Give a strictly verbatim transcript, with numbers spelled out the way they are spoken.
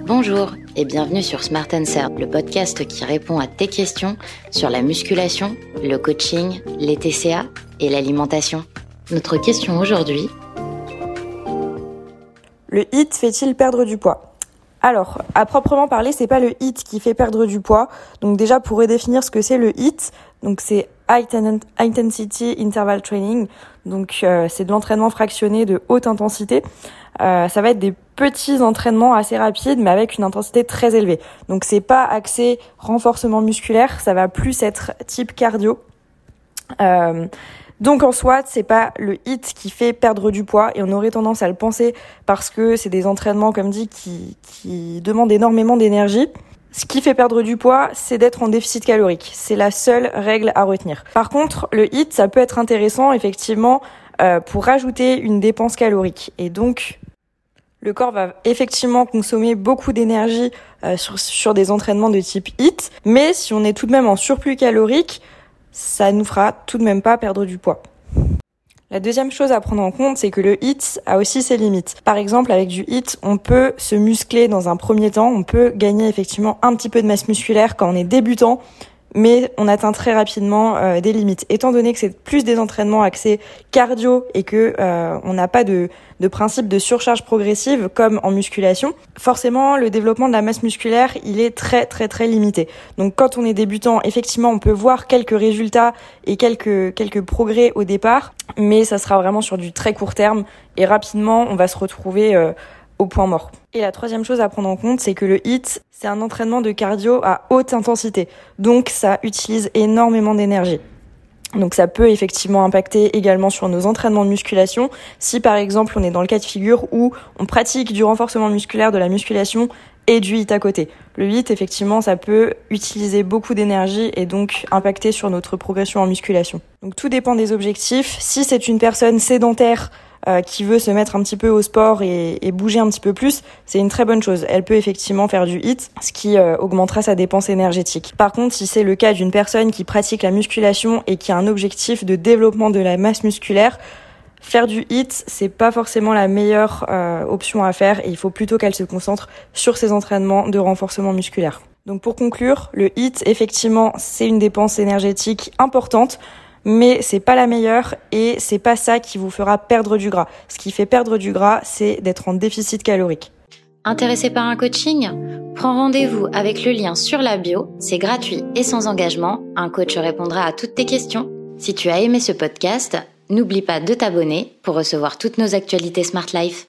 Bonjour et bienvenue sur Smart Answer, le podcast qui répond à tes questions sur la musculation, le coaching, les T C A et l'alimentation. Notre question aujourd'hui: le H I I T fait-il perdre du poids ? Alors, à proprement parler, c'est pas le H I I T qui fait perdre du poids. Donc déjà, pour redéfinir ce que c'est le H I I T, donc c'est High Intensity Interval Training. Donc euh, c'est de l'entraînement fractionné de haute intensité. Euh, ça va être des petits entraînements assez rapides, mais avec une intensité très élevée. Donc c'est pas axé renforcement musculaire, ça va plus être type cardio. Euh, Donc en soi, c'est pas le H I I T qui fait perdre du poids, et on aurait tendance à le penser parce que c'est des entraînements, comme dit, qui, qui demandent énormément d'énergie. Ce qui fait perdre du poids, c'est d'être en déficit calorique. C'est la seule règle à retenir. Par contre, le H I I T, ça peut être intéressant, effectivement, euh, pour rajouter une dépense calorique. Et donc, le corps va effectivement consommer beaucoup d'énergie euh, sur, sur des entraînements de type H I I T, mais si on est tout de même en surplus calorique, ça nous fera tout de même pas perdre du poids. La deuxième chose à prendre en compte, c'est que le H I I T a aussi ses limites. Par exemple, avec du H I I T, on peut se muscler dans un premier temps, on peut gagner effectivement un petit peu de masse musculaire quand on est débutant, mais on atteint très rapidement euh, des limites. Étant donné que c'est plus des entraînements axés cardio et que euh, on n'a pas de, de principe de surcharge progressive comme en musculation, forcément le développement de la masse musculaire, il est très très très limité. Donc quand on est débutant, effectivement, on peut voir quelques résultats et quelques quelques progrès au départ, mais ça sera vraiment sur du très court terme et rapidement on va se retrouver euh, au point mort. Et la troisième chose à prendre en compte, c'est que le H I I T, c'est un entraînement de cardio à haute intensité. Donc ça utilise énormément d'énergie. Donc ça peut effectivement impacter également sur nos entraînements de musculation. Si par exemple on est dans le cas de figure où on pratique du renforcement musculaire, de la musculation et du H I I T à côté. Le H I I T, effectivement, ça peut utiliser beaucoup d'énergie et donc impacter sur notre progression en musculation. Donc tout dépend des objectifs. Si c'est une personne sédentaire Euh, qui veut se mettre un petit peu au sport et, et bouger un petit peu plus, c'est une très bonne chose. Elle peut effectivement faire du H I I T, ce qui euh, augmentera sa dépense énergétique. Par contre, si c'est le cas d'une personne qui pratique la musculation et qui a un objectif de développement de la masse musculaire, faire du H I I T, c'est pas forcément la meilleure euh, option à faire, et il faut plutôt qu'elle se concentre sur ses entraînements de renforcement musculaire. Donc pour conclure, le H I I T, effectivement, c'est une dépense énergétique importante, mais c'est pas la meilleure et c'est pas ça qui vous fera perdre du gras. Ce qui fait perdre du gras, c'est d'être en déficit calorique. Intéressé par un coaching ? Prends rendez-vous avec le lien sur la bio, c'est gratuit et sans engagement. Un coach répondra à toutes tes questions. Si tu as aimé ce podcast, n'oublie pas de t'abonner pour recevoir toutes nos actualités Smart Life.